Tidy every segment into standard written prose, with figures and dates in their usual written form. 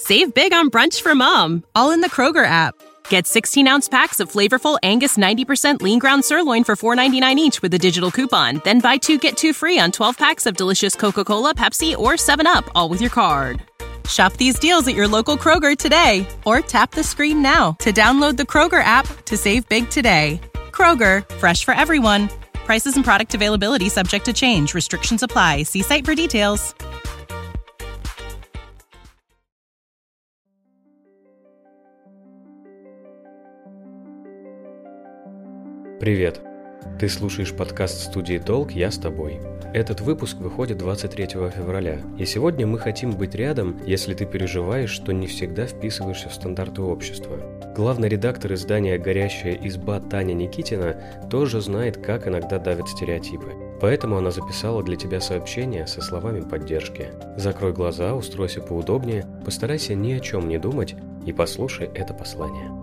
Save big on brunch for mom, all in the Kroger app. Get 16-ounce packs of flavorful Angus 90% lean ground sirloin for $4.99 each with a digital coupon. Then buy 2, get 2 free on 12 packs of delicious Coca-Cola, Pepsi, or 7-Up, all with your card. Shop these deals at your local Kroger today, or tap the screen now to download the Kroger app to save big today. Kroger, fresh for everyone. Prices and product availability subject to change. Restrictions apply. See site for details. Привет! Ты слушаешь подкаст студии «Толк. Я с тобой». Этот выпуск выходит 23 февраля, и сегодня мы хотим быть рядом, если ты переживаешь, что не всегда вписываешься в стандарты общества. Главный редактор издания «Горящая изба» Таня Никитина тоже знает, как иногда давят стереотипы. Поэтому она записала для тебя сообщение со словами поддержки. Закрой глаза, устройся поудобнее, постарайся ни о чем не думать и послушай это послание.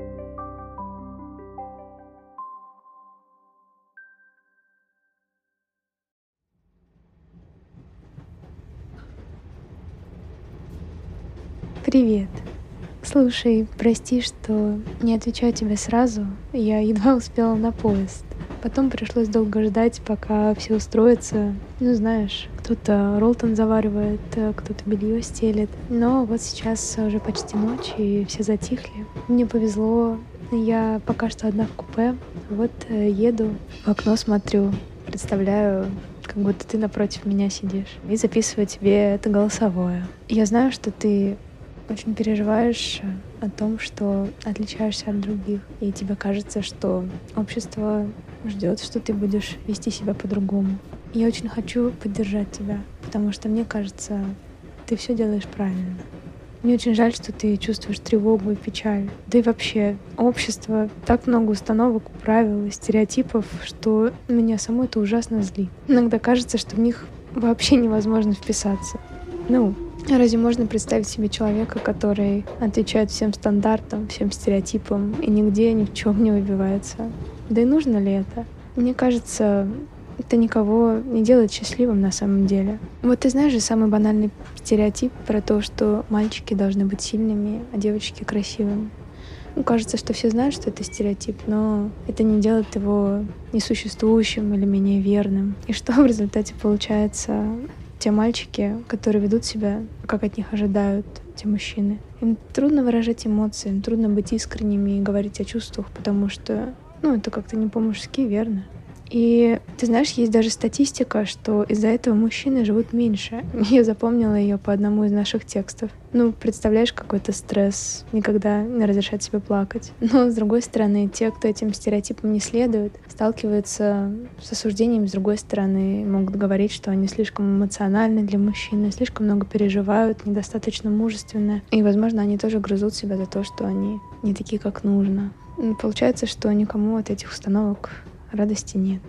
Привет. Слушай, прости, что не отвечаю тебе сразу. Я едва успела на поезд. Потом пришлось долго ждать, пока все устроятся. Ну, знаешь, кто-то роллтон заваривает, кто-то белье стелит. Но вот сейчас уже почти ночь, и все затихли. Мне повезло. Я пока что одна в купе. Вот еду, в окно смотрю, представляю, как будто ты напротив меня сидишь. И записываю тебе это голосовое. Я знаю, что ты очень переживаешь о том, что отличаешься от других, и тебе кажется, что общество ждет, что ты будешь вести себя по-другому. Я очень хочу поддержать тебя, потому что мне кажется, ты все делаешь правильно. Мне очень жаль, что ты чувствуешь тревогу и печаль. Да и вообще, общество, так много установок, правил и стереотипов, что меня самой это ужасно злит. Иногда кажется, что в них вообще невозможно вписаться. Разве можно представить себе человека, который отвечает всем стандартам, всем стереотипам и нигде ни в чем не выбивается? Да и нужно ли это? Мне кажется, это никого не делает счастливым на самом деле. Вот ты знаешь же самый банальный стереотип про то, что мальчики должны быть сильными, а девочки красивыми. Кажется, что все знают, что это стереотип, но это не делает его несуществующим или менее верным. И что в результате получается? Те мальчики, которые ведут себя, как от них ожидают те мужчины. Им трудно выражать эмоции, им трудно быть искренними и говорить о чувствах, потому что, это как-то не по-мужски, верно? И ты знаешь, есть даже статистика, что из-за этого мужчины живут меньше. Я запомнила ее по одному из наших текстов. Представляешь, какой-то стресс, никогда не разрешать себе плакать. Но, с другой стороны, те, кто этим стереотипам не следует, сталкиваются с осуждением, с другой стороны, могут говорить, что они слишком эмоциональны для мужчины, слишком много переживают, недостаточно мужественны. И, возможно, они тоже грызут себя за то, что они не такие, как нужно. Получается, что никому от этих установок радости нет.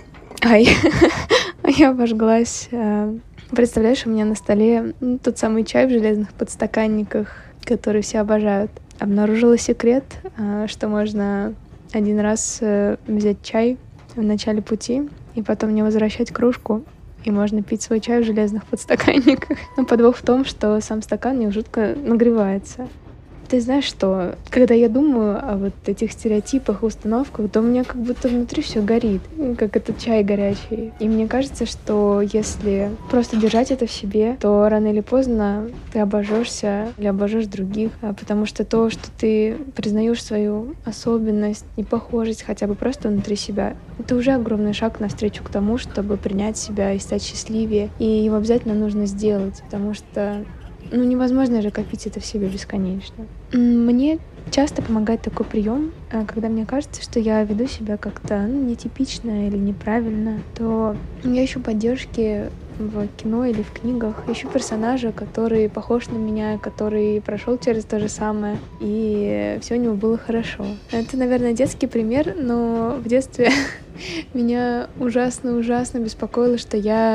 Я обожглась. Представляешь, у меня на столе тот самый чай в железных подстаканниках, который все обожают. Обнаружила секрет, что можно один раз взять чай в начале пути и потом не возвращать кружку, и можно пить свой чай в железных подстаканниках. Но подвох в том, что сам стакан не жутко нагревается. Ты знаешь что, когда я думаю о вот этих стереотипах, установках, то у меня как будто внутри все горит, как этот чай горячий. И мне кажется, что если просто держать это в себе, то рано или поздно ты обожжешься или обожжешь других, потому что то, что ты признаешь свою особенность, непохожесть хотя бы просто внутри себя, это уже огромный шаг навстречу к тому, чтобы принять себя и стать счастливее. И его обязательно нужно сделать, потому что невозможно же копить это в себе бесконечно. Мне часто помогает такой прием, когда мне кажется, что я веду себя как-то нетипично или неправильно, то я ищу поддержки в кино или в книгах, ищу персонажа, который похож на меня, который прошел через то же самое, и все у него было хорошо. Это, наверное, детский пример, но в детстве меня ужасно беспокоило, что я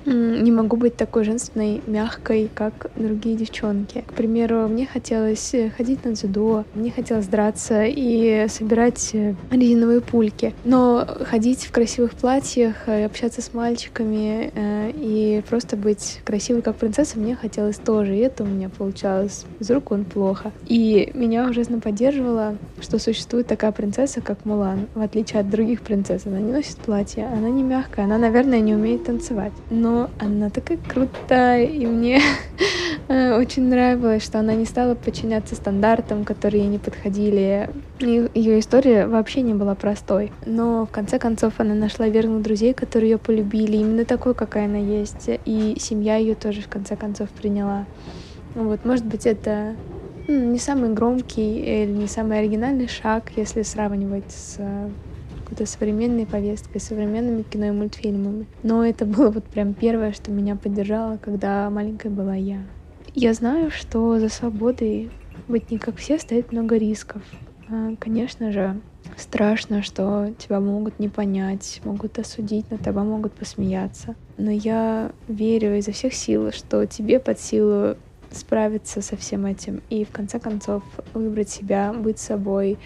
не могу быть такой женственной, мягкой, как другие девчонки. К примеру, мне хотелось ходить на дзюдо, мне хотелось драться и собирать резиновые пульки. Но ходить в красивых платьях, общаться с мальчиками и просто быть красивой, как принцесса, мне хотелось тоже. И это у меня получалось из рук вон плохо. И меня ужасно поддерживало, что существует такая принцесса, как Мулан. В отличие от других принцесс, она не носит платье, она не мягкая, она, наверное, не умеет танцевать. Но она такая крутая, и мне очень нравилось, что она не стала подчиняться стандартам, которые ей не подходили. И ее история вообще не была простой. Но в конце концов она нашла верных друзей, которые ее полюбили, именно такой, какая она есть. И семья ее тоже в конце концов приняла. Вот, может быть, это не самый громкий или не самый оригинальный шаг, если сравнивать с какой-то современной повесткой, современными кино и мультфильмами. Но это было вот прям первое, что меня поддержало, когда маленькой была я. Я знаю, что за свободой быть не как все стоит много рисков. Конечно же, страшно, что тебя могут не понять, могут осудить, над тобой могут посмеяться. Но я верю изо всех сил, что тебе под силу справиться со всем этим и в конце концов выбрать себя, быть собой,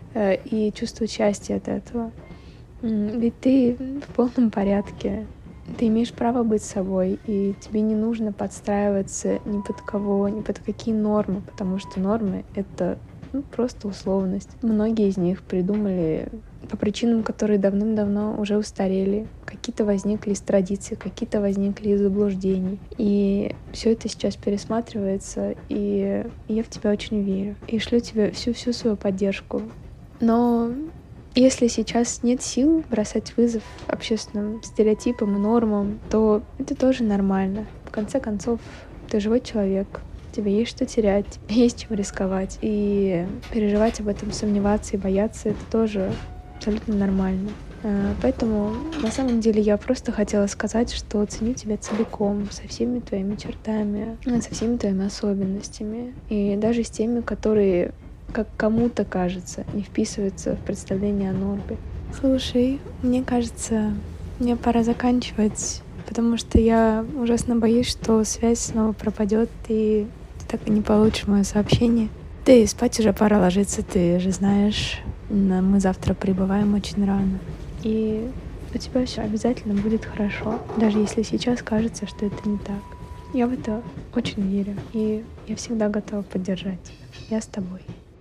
и чувствовать счастье от этого. Ведь ты в полном порядке. Ты имеешь право быть собой, и тебе не нужно подстраиваться ни под кого, ни под какие нормы, потому что нормы — это просто условность. Многие из них придумали по причинам, которые давным-давно уже устарели. Какие-то возникли из традиций, какие-то возникли из заблуждений. И все это сейчас пересматривается, и я в тебя очень верю. И шлю тебе всю свою поддержку. Но если сейчас нет сил бросать вызов общественным стереотипам и нормам, то это тоже нормально. В конце концов, ты живой человек, тебе есть что терять, тебе есть чем рисковать. И переживать об этом, сомневаться и бояться — это тоже абсолютно нормально. Поэтому на самом деле я просто хотела сказать, что ценю тебя целиком, со всеми твоими чертами, со всеми твоими особенностями. И даже с теми, которые, как кому-то кажется, не вписываются в представление о норме. Слушай, мне кажется, мне пора заканчивать, потому что я ужасно боюсь, что связь снова пропадет, и ты так и не получишь мое сообщение. Да и спать уже пора ложиться, ты же знаешь, мы завтра прибываем очень рано. И у тебя все обязательно будет хорошо, даже если сейчас кажется, что это не так. Я в это очень верю, и я всегда готова поддержать тебя. Я с тобой.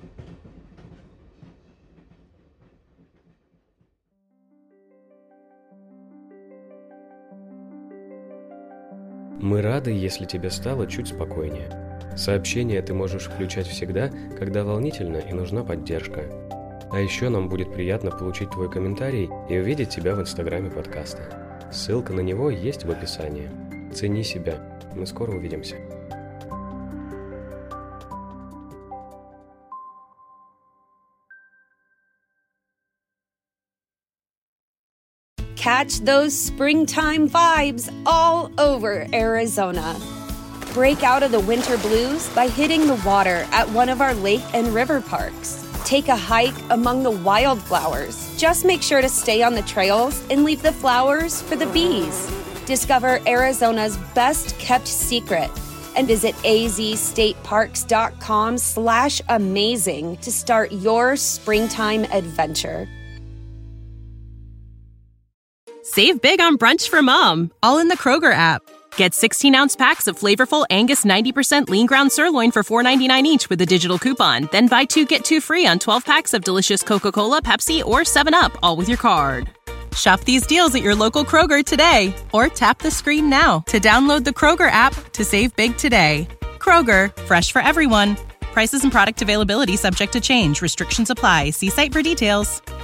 Мы рады, если тебе стало чуть спокойнее. Сообщения ты можешь включать всегда, когда волнительно и нужна поддержка. А еще нам будет приятно получить твой комментарий и увидеть тебя в инстаграме подкаста. Ссылка на него есть в описании. Цени себя. Мы скоро увидимся. Catch those springtime vibes all over Arizona. Break out of the winter blues by hitting the water at one of our lake and river parks. Take a hike among the wildflowers. Just make sure to stay on the trails and leave the flowers for the bees. Discover Arizona's best-kept secret and visit azstateparks.com/amazing to start your springtime adventure. Save big on brunch for mom, all in the Kroger app. Get 16-ounce packs of flavorful Angus 90% lean ground sirloin for $4.99 each with a digital coupon. Then buy 2, get 2 free on 12 packs of delicious Coca-Cola, Pepsi, or 7-Up, all with your card. Shop these deals at your local Kroger today, or tap the screen now to download the Kroger app to save big today. Kroger, fresh for everyone. Prices and product availability subject to change. Restrictions apply. See site for details.